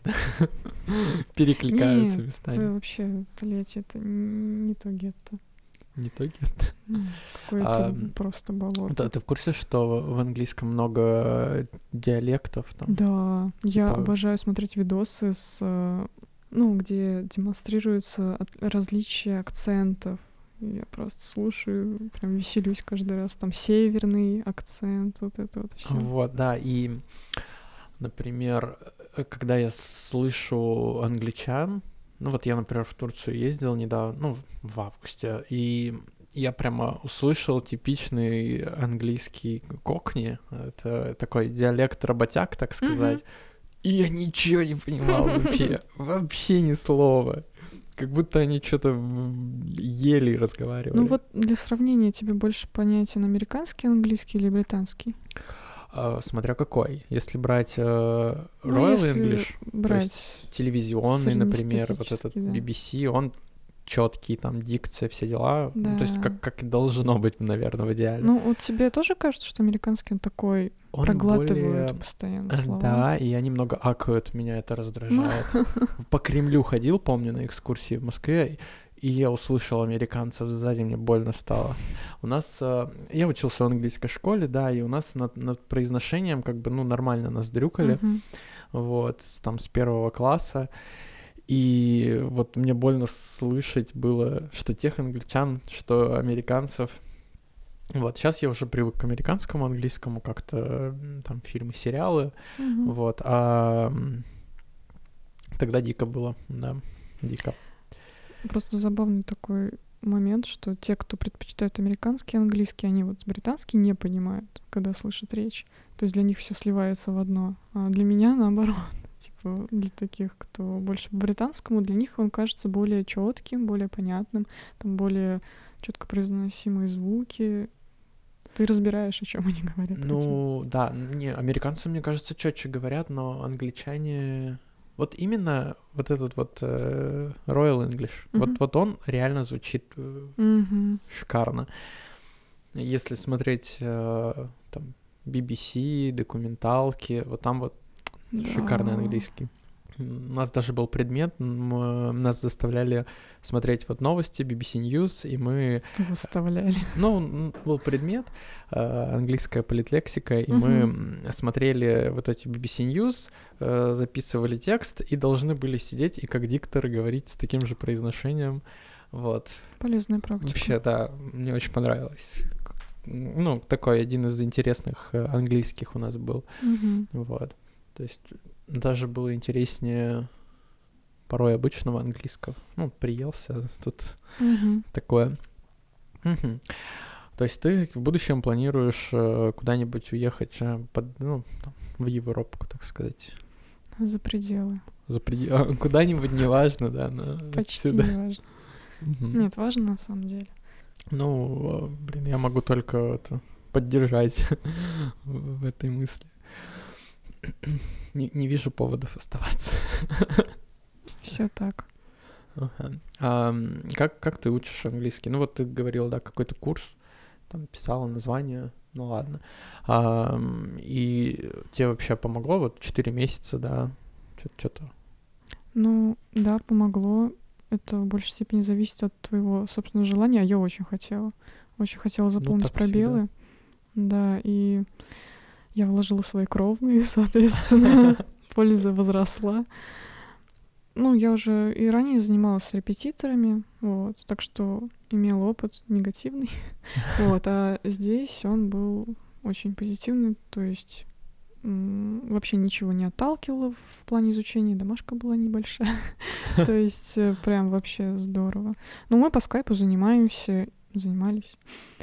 перекликаются Нет, местами. вообще, Тольятти — это не то гетто. Не то гетто. Какое-то А, просто болото. Да, ты в курсе, что в английском много диалектов? Там? Да, я Типа- обожаю смотреть видосы с, э, ну, где демонстрируются от- различия акцентов. Я просто слушаю, прям веселюсь каждый раз. Там северный акцент, вот это вот все. Вот, да, и, например, э, когда я слышу англичан, ну вот я, например, в Турцию ездил недавно, ну, в августе, и я прямо услышал типичный английский кокни, это такой диалект работяг, так сказать, mm-hmm. и я ничего не понимал вообще, вообще ни слова. Как будто они что-то ели и разговаривали. Ну вот для сравнения, тебе больше понятен американский английский или британский? Uh, смотря какой. Если брать uh, Royal ну, если English, брать то есть телевизионный, например, вот этот да. би би си, он четкий, там дикция, все дела. Да. Ну, то есть как, как и должно быть, наверное, в идеале. Ну вот тебе тоже кажется, что американский он такой... Он проглатывают более... постоянно слова. Да, и они много акают, меня это раздражает. По Кремлю ходил, помню, на экскурсии в Москве, и я услышал американцев сзади, мне больно стало. У нас... Я учился в английской школе, да, и у нас над, над произношением как бы, ну, нормально нас дрюкали, uh-huh. вот, там, с первого класса. И вот мне больно слышать было, что тех англичан, что американцев... Вот, сейчас я уже привык к американскому английскому, как-то там фильмы, сериалы, mm-hmm. вот, а тогда дико было, да, дико. Просто забавный такой момент, что те, кто предпочитают американский английский, они вот британский не понимают, когда слышат речь. То есть для них все сливается в одно. А для меня наоборот. Типа для таких, кто больше по британскому, для них он кажется более четким, более понятным, там более четко произносимые звуки. Ты разбираешь, о чем они говорят. Ну, этим. Да, не, американцы, мне кажется, четче говорят, но англичане... Вот именно вот этот вот э, Royal English, mm-hmm. вот, вот он реально звучит э, mm-hmm. шикарно. Если смотреть э, там би би си, документалки, вот там вот да. шикарный английский. У нас даже был предмет, мы, нас заставляли смотреть вот новости би би си News, и мы... Заставляли. Ну, был предмет, э, английская политлексика, и uh-huh. мы смотрели вот эти би би си News, э, записывали текст, и должны были сидеть и как дикторы говорить с таким же произношением, вот. Полезная практика. Вообще, да, мне очень понравилось. Ну, такой один из интересных английских у нас был, uh-huh. вот. То есть... Даже было интереснее порой обычного английского. Ну, приелся, тут uh-huh. такое. Uh-huh. То есть ты в будущем планируешь э, куда-нибудь уехать э, под, ну, в Европу, так сказать? За пределы. За пределы. Куда-нибудь, неважно, да. Но почти сюда. неважно. Мгм. Нет, важно на самом деле. Ну, э, блин, я могу только это поддержать в в этой мысли. Не, не вижу поводов оставаться. Все так. Ага. А, м, как, как ты учишь английский? Ну, вот ты говорил, да, какой-то курс, там писала название, ну ладно. А, м, и тебе вообще помогло вот четыре месяца, да, что-то? Ну, да, помогло. Это в большей степени зависит от твоего собственного желания, а я очень хотела. Очень хотела Ну, заполнить так всегда. пробелы. Да, и я вложила свои кровные, соответственно, польза возросла. Ну, я уже и ранее занималась с репетиторами, вот, так что имела опыт негативный, вот, а здесь он был очень позитивный, то есть м, вообще ничего не отталкивало в плане изучения, домашка была небольшая, то есть э, прям вообще здорово. Но мы по скайпу занимаемся, занимались.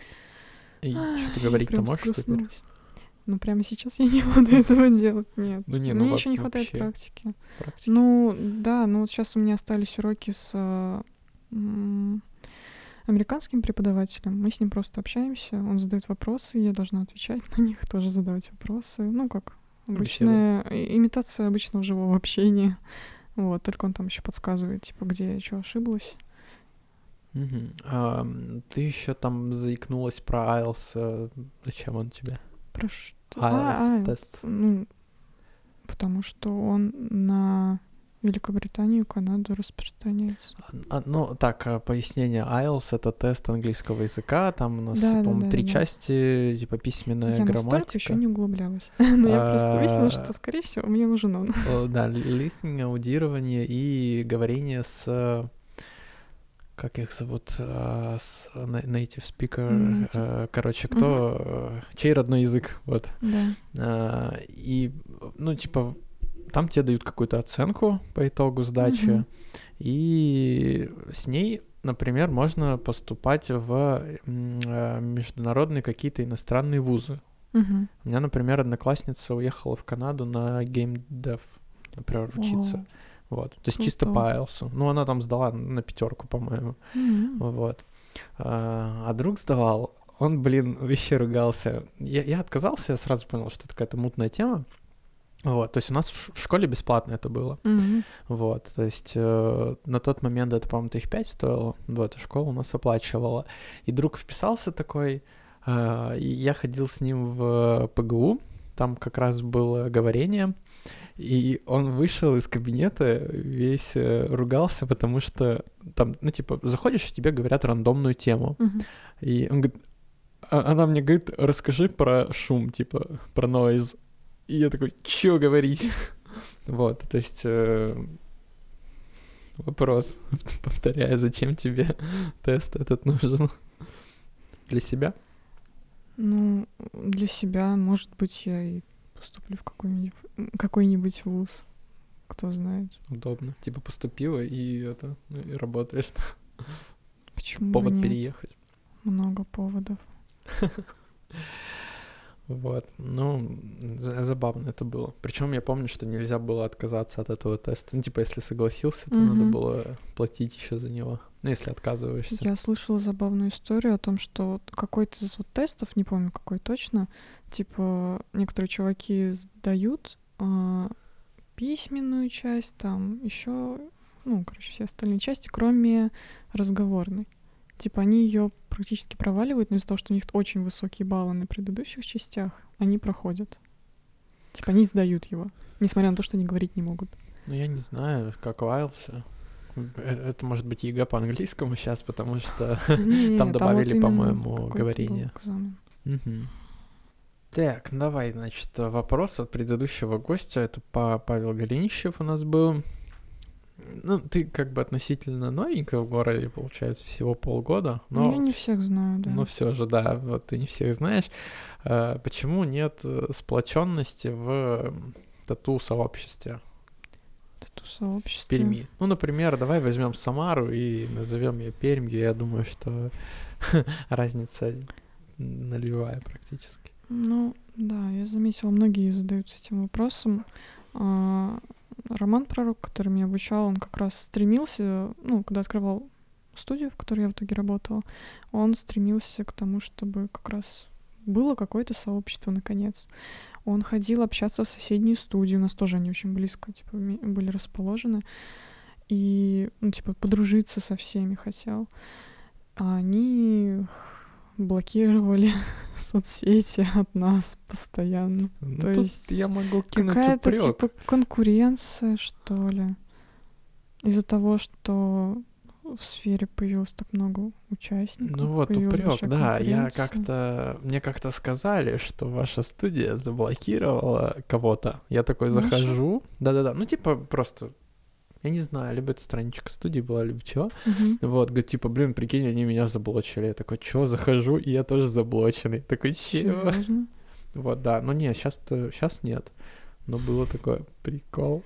И что-то Я говорить-то прям можешь теперь? сгрустнулась. Но прямо сейчас я не буду этого делать, нет. Ну не, ну Мне во- еще не хватает вообще практики. практики. Ну, да, ну вот сейчас у меня остались уроки с а, м, американским преподавателем. Мы с ним просто общаемся, он задает вопросы, я должна отвечать на них, тоже задавать вопросы. Ну, как обычная и- имитация обычного живого общения. Вот, только он там еще подсказывает, типа, где я что ошиблась. Мгм. А, м, ты еще там заикнулась про айлс. э, Зачем он тебе? Про что? айлс А, а, тест. ну, потому что он на Великобританию, Канаду распространяется. А, ну, так, а, пояснение. айлс — это тест английского языка. Там у нас, Да, да, по-моему, да, три да, да. части, типа письменная Я настолько еще грамматика. не углублялась. Но я просто выяснила, А, что, скорее всего, мне нужен он. о, Да, листинг, аудирование и говорение с... э, Как их зовут? а, С на- native speaker. Native. э, Короче, Мгм. кто... э, Чей родной язык, вот. Да. А, И, ну, типа, там тебе дают какую-то оценку по итогу сдачи, Мгм. и с ней, например, можно поступать в м, э, международные какие-то иностранные вузы. Мгм. У меня, например, одноклассница уехала в Канаду на геймдев, например, учиться. О, Вот. То есть чисто круто. по айлсу. Ну, она там сдала на пятерку, по-моему. М. Вот. А, а друг сдавал, он, блин, вообще ругался. Я, я отказался, я сразу понял, что это какая-то мутная тема. Вот, то есть у нас в, ш- в школе бесплатно это было. Мгм. Вот, то есть э, на тот момент это, по-моему, тысяч пять стоило. Вот, и школа у нас оплачивала. И друг вписался такой, э, и я ходил с ним в ПГУ, там как раз было говорение, и он вышел из кабинета, весь э, ругался, потому что там, ну, типа, заходишь, и тебе говорят рандомную тему. Мгм. И он говорит, а- она мне говорит, расскажи про шум, типа, про noise. И я такой, чё говорить? Вот, то есть э, вопрос, повторяю, зачем тебе тест этот нужен? Для себя? Ну, для себя, может быть, я и поступлю в какой-нибудь, какой-нибудь вуз. Кто знает. Удобно. Типа поступила и это, ну, и работаешь. Почему бы Повод нет? переехать. Много поводов. Вот, ну, за- забавно это было. Причем я помню, что нельзя было отказаться от этого теста. Ну, типа, если согласился, то надо Мгм. было платить еще за него. Ну, если отказываешься. Я слышала забавную историю о том, что вот какой-то из вот тестов, не помню какой точно, типа некоторые чуваки сдают а, письменную часть, там еще, ну, короче, все остальные части, кроме разговорной. Типа они ее практически проваливают, но из-за того, что у них очень высокие баллы на предыдущих частях, они проходят. Типа они сдают его, несмотря на то, что они говорить не могут. Ну, я не знаю, как в айлсе. Э, Это может быть ЕГЭ по английскому сейчас, потому что Не-не-не, там вот добавили, именно по-моему, какой-то был говорение. экзамен. Мгм. Так, давай, значит, вопрос от предыдущего гостя. Это па- Павел Голенищев у нас был. Ну, ты как бы относительно новенькая в городе, получается, всего полгода, Ну, я но, не вс- всех знаю, да. но все же, да, вот ты не всех знаешь. А, Почему нет э, сплоченности в м, тату-сообществе в Тату-сообществе. Перми? Ну, например, давай возьмем Самару и назовем ее Пермью. Я думаю, что разница нулевая практически. Ну, да, я заметила, многие задаются этим вопросом. А, Роман Пророк, который меня обучал, он как раз стремился, ну, когда открывал студию, в которой я в итоге работала, он стремился к тому, чтобы как раз было какое-то сообщество, наконец. Он ходил общаться в соседнюю студию, у нас тоже они очень близко, типа, были расположены, и, ну, типа, подружиться со всеми хотел. А они блокировали соцсети от нас постоянно. Ну, То тут есть я могу кинуть какая-то, упрек. типа, конкуренция, что ли. Из-за того, что в сфере появилось так много участников. Ну вот появилась упрек, большая да, я конкуренция. как-то, мне как-то сказали, что ваша студия заблокировала кого-то. Я такой Наша? захожу, да-да-да, ну типа просто, я не знаю, либо это страничка студии была, либо чего. Мгм. Вот, говорит, типа, блин, прикинь, они меня заблочили. Я такой, чё, захожу, и я тоже заблоченный. Такой, чего? Серьезно? Вот, да, ну не, сейчас-то, сейчас нет. Но было такое, прикол.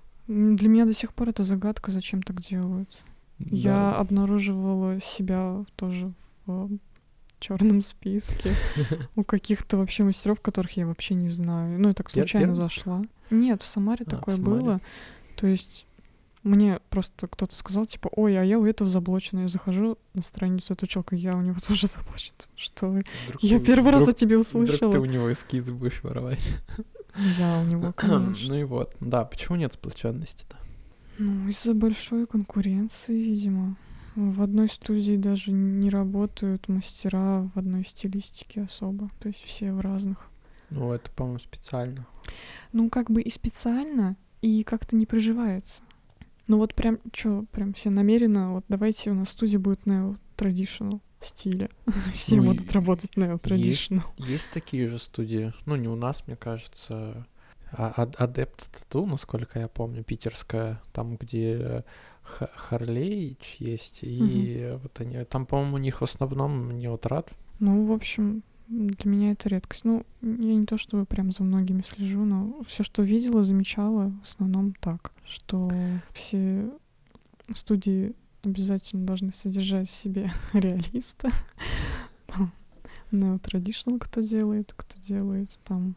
М, Для меня до сих пор это загадка, зачем так делают. Я Да. обнаруживала себя тоже в черном списке у каких-то вообще мастеров, которых я вообще не знаю. Ну, я так Пер- случайно Пермск? зашла. Нет, в Самаре А, в такое Самаре. было. То есть мне просто кто-то сказал, типа, ой, а я у этого заблочена. Я захожу на страницу этого человека, я у него тоже заблочен. Что вы? Вдруг Я ты- первый раз вдруг- о тебе Вдруг ты услышала. у него эскизы будешь воровать. Я у него, конечно. Ну и вот, да, почему нет сплоченности-то? Ну, из-за большой конкуренции, видимо. В одной студии даже не работают мастера в одной стилистике особо. То есть все в разных. Ну, это, по-моему, специально. Ну, как бы и специально, и как-то не приживается. Ну вот прям, чё, прям все намеренно, вот давайте у нас студия будет нео-традишнл стиля. Все Ну, будут и- работать нео-традишнл. Есть такие же студии, ну, не у нас, мне кажется, а Ад- Адепт Тату, насколько я помню, питерская, там, где Х- Харлейч есть, и вот они, там, по-моему, у них в основном неотрад. Ну, в общем, для меня это редкость. Ну, я не то чтобы прям за многими слежу, но все, что видела, замечала, в основном так, что все студии обязательно должны содержать в себе реалиста. Там нео-традишнл кто делает, кто делает там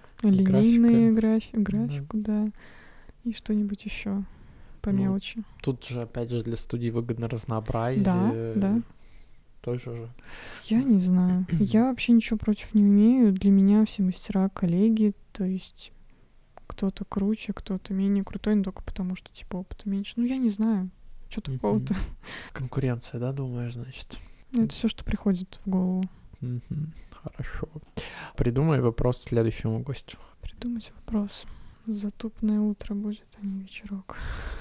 линейные графи- графику, да, и что-нибудь еще по Ну, мелочи. Тут же, опять же, для студии выгодно разнообразие. Да, да. Тоже же. Я не знаю. Я вообще ничего против не имею. Для меня все мастера коллеги, то есть кто-то круче, кто-то менее крутой, но только потому что типа опыта меньше. Ну, я не знаю. Что такого-то? Конкуренция, да, думаешь, значит? Это все, что приходит в голову. Мгм. Хорошо. Придумай вопрос следующему гостю. Придумать вопрос. Затупное утро будет, а не вечерок.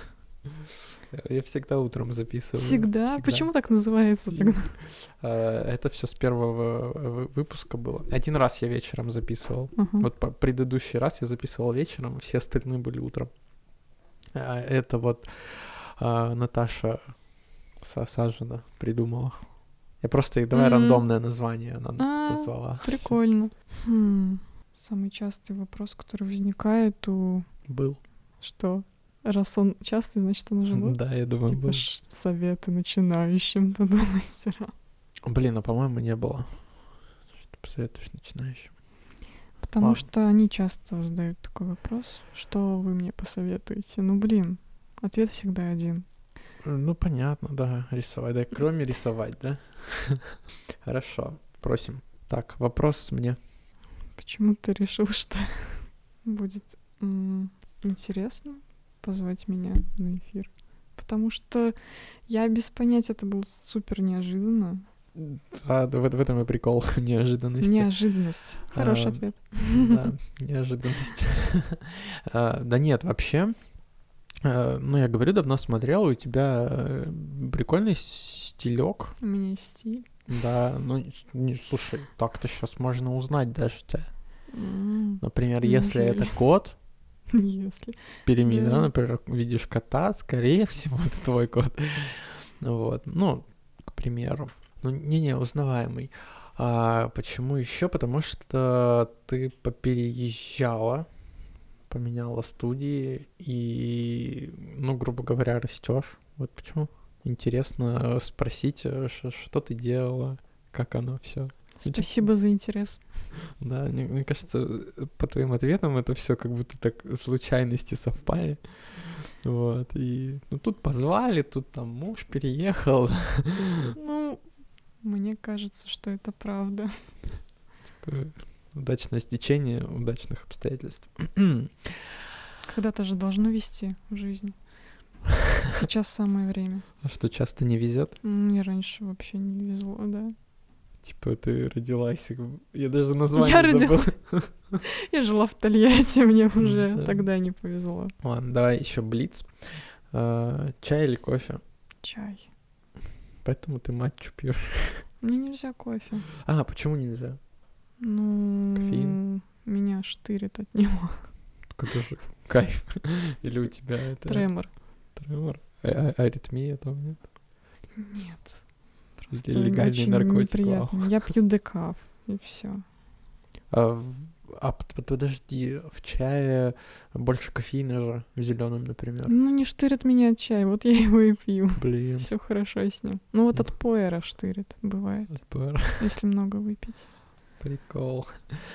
Я всегда утром записываю. Всегда? Почему так называется тогда? А, Это все с первого вы- выпуска было. Один раз я вечером записывал. Ага. Вот по- предыдущий раз я записывал вечером, все остальные были утром. А Это вот а, Наташа Са- Сажина придумала. Я просто ей давай Мгм. рандомное название она А, назвала. Прикольно. Хм. Самый частый вопрос, который возникает у... Был. Что? Раз он частый, значит, он уже был? Да, я думаю, Типа был. ш- советы начинающим тату-мастерам. Блин, а по-моему не было. Что посоветуешь начинающим? Потому Ладно. что они часто задают такой вопрос, что вы мне посоветуете? Ну, блин, ответ всегда один. Ну, понятно, да, рисовать, да, кроме рисовать, да? Хорошо, просим. Так, вопрос мне. Почему ты решил, что будет м, интересно позвать меня на эфир? Потому что я без понятия, это было супер неожиданно. А, да, в, в этом и прикол неожиданности. Неожиданность. Хороший А, ответ. Да, неожиданность. А, Да нет, вообще, э, ну, я говорю, давно смотрел, у тебя э, прикольный стилек. У меня есть стиль. Да, ну, с- не, слушай, так-то сейчас можно узнать даже тебя. М, Например, если это Неужели? кот Если. в Перми, да, Да. например, видишь кота, скорее всего, это твой кот. Вот, ну, к примеру. Ну, не-не, узнаваемый. А почему еще? Потому что ты попереезжала, поменяла студии и, ну, грубо говоря, растешь. Вот почему. Интересно спросить, э, ш- что ты делала, как оно все. Спасибо за интерес. Да, мне, мне кажется, по твоим ответам это все как будто так случайности совпали. Вот, и ну, тут позвали, тут там муж переехал. Ну, мне кажется, что это правда. Типа, удачное стечение удачных обстоятельств. Когда-то же должно вести в жизни. Сейчас самое время. А что, часто не везет? Мне раньше вообще не везло, да. Типа ты родилась, я даже название Я забыл. родила... Я жила в Тольятти, мне уже да. Тогда не повезло. Ладно, давай еще блиц. А, чай или кофе? Чай. Поэтому ты матчу пьешь. Мне нельзя кофе. А, почему нельзя? Ну, кофеин? Меня штырит от него. Так это же кайф. Или у тебя это... Тремор. Тремор? А- а- аритмия там нет? Нет. Или легальный наркотик. Неприятно. Я пью декаф, и все. А, а подожди, в чае больше кофеина же, в зеленом, например. Ну, не штырит меня чай, вот я его и пью. Блин. Все хорошо с ним. Ну, вот от пуэра штырит, бывает. От пуэра. Если много выпить. Прикол.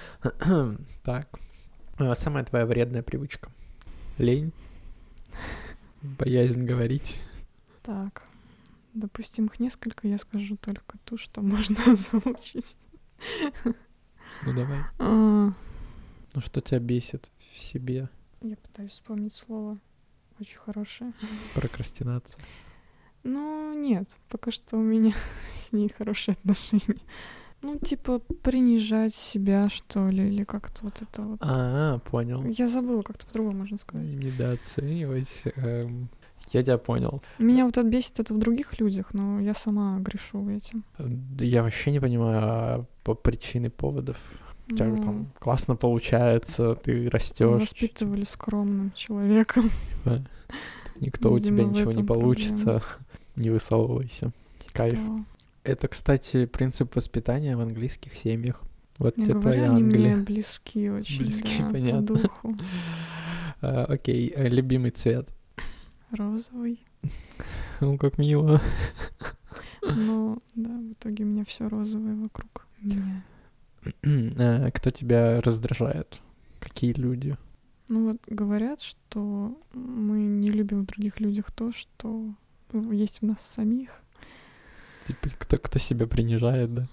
Так. Самая твоя вредная привычка? Лень? Боязнь говорить? Так. Допустим, их несколько, я скажу только ту, что можно озвучить. Ну, давай. А... Ну, что тебя бесит в себе? Я пытаюсь вспомнить слово. Очень хорошее. Прокрастинация. Ну, нет. Пока что у меня с ней хорошие отношения. Ну, типа, принижать себя, что ли, или как-то вот это вот. А, понял. Я забыла, как-то по-другому можно сказать. Недооценивать. Эм, я тебя понял. Меня вот это бесит это в других людях, но я сама грешу этим. Да я вообще не понимаю а по причины поводов. У тебя Ну, там классно получается, ты растешь. Воспитывали скромным человеком. Типа, никто у тебя Видимо, в ничего не этом получится. проблема. Не высовывайся. Кайф. Да. Это, кстати, принцип воспитания в английских семьях. Вот Я тебе говорю, твоя они Англия. мне близки очень, Близки, да, понятно. по духу. А, окей, а любимый цвет? Розовый. Ну, как мило. Но, да, в итоге у меня все розовое вокруг меня. А, кто тебя раздражает? Какие люди? Ну вот говорят, что мы не любим в других людях то, что есть в нас самих. Типа, кто, кто себя принижает, да?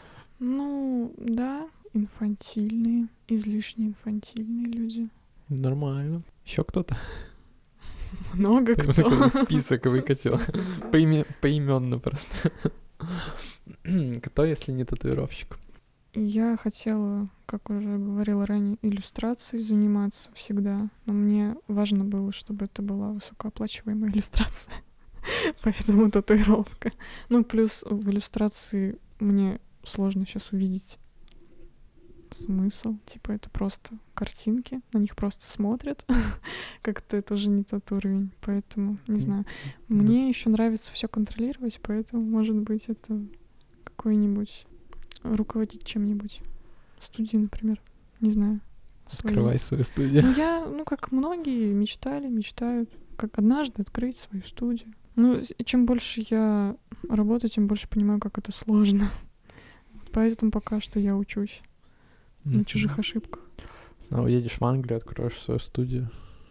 Ну, да, инфантильные, излишне инфантильные люди. Нормально. Еще кто-то? Много Прям кто. такой список выкатил. Поиме- Поименно просто. Кто, если не татуировщик? Я хотела, как уже говорила ранее, иллюстрацией заниматься всегда, но мне важно было, чтобы это была высокооплачиваемая иллюстрация. Поэтому татуировка. Ну, плюс в иллюстрации мне сложно сейчас увидеть смысл. Типа это просто картинки, на них просто смотрят. Как-то это уже не тот уровень. Поэтому, не знаю. Мне еще нравится все контролировать, поэтому, может быть, это какой-нибудь руководить чем-нибудь. Студии, например. Не знаю. Своей. Открывай свою студию. Ну, я, ну, как многие мечтали, мечтают, как однажды открыть свою студию. Ну, чем больше я работаю, тем больше понимаю, как это сложно. Поэтому пока что я учусь mm-hmm. на чужих ошибках. Ну, уедешь в Англию, откроешь свою студию.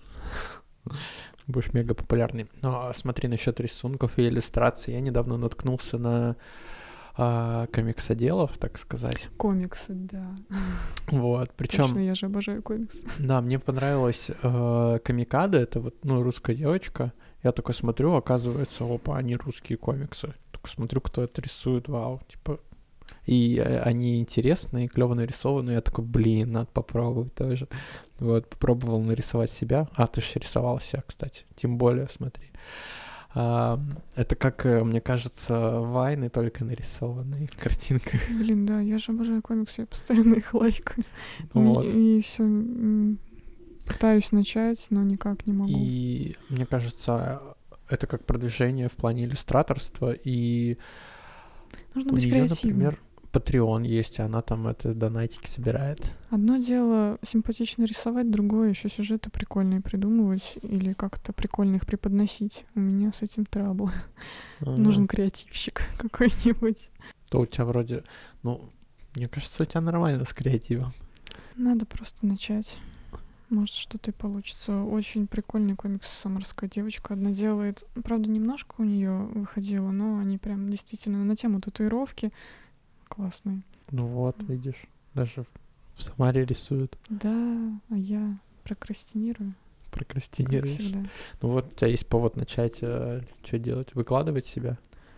Будешь мега популярный. Но смотри, насчет рисунков и иллюстраций. Я недавно наткнулся на а, комиксоделов, так сказать. Комиксы, да. Вот, причем. Точно, я же обожаю комиксы. Да, мне понравилась э, Камикада, это вот, ну, русская девочка. Я такой смотрю, оказывается, опа, они русские комиксы. Такой смотрю, кто это рисует, вау, типа. И э, они интересные, клево нарисованы. Я такой, блин, надо попробовать тоже. Вот, попробовал нарисовать себя. А, ты же рисовал себя, кстати. Тем более, смотри. А, это как, мне кажется, вайны, только нарисованные в картинках. Блин, да, я же обожаю комиксы, я постоянно их лайкаю. Вот. И, и все пытаюсь начать, но никак не могу. И мне кажется, это как продвижение в плане иллюстраторства. И нужно у быть неё, креативным. например, Patreon есть, и она там это донатики собирает. Одно дело симпатично рисовать, другое еще сюжеты прикольные придумывать или как-то прикольно их преподносить. У меня с этим трабл. А-а. Нужен креативщик какой-нибудь. То у тебя вроде, ну, Мне кажется, у тебя нормально с креативом. Надо просто начать. Может, что-то и получится. Очень прикольный комикс «Самарская девочка». Одна делает... Правда, немножко у нее выходило, но они прям действительно на тему татуировки классные. Ну вот, видишь, даже в Самаре рисуют. Да, а я прокрастинирую. Прокрастинируешь. Как всегда. Ну вот, у тебя есть повод начать, э, что делать? Выкладывать себя?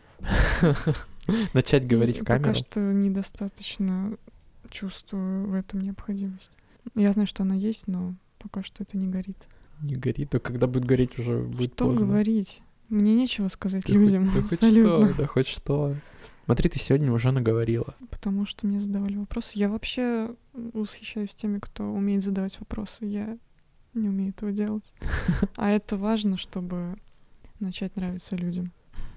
Начать говорить в камеру? Пока что недостаточно чувствую в этом необходимость. Я знаю, что она есть, но пока что это не горит. Не горит. А когда будет гореть, уже будет Что поздно. говорить? Мне нечего сказать Да людям. хоть, да хоть Абсолютно. что, да хоть что. Смотри, ты сегодня уже наговорила. Потому что мне задавали вопросы. Я вообще восхищаюсь теми, кто умеет задавать вопросы. Я не умею этого делать. А это важно, чтобы начать нравиться людям.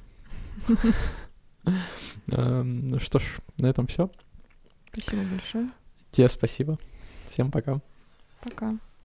Эм, Ну что ж, на этом все. Спасибо большое. Тебе спасибо. Всем пока. Пока.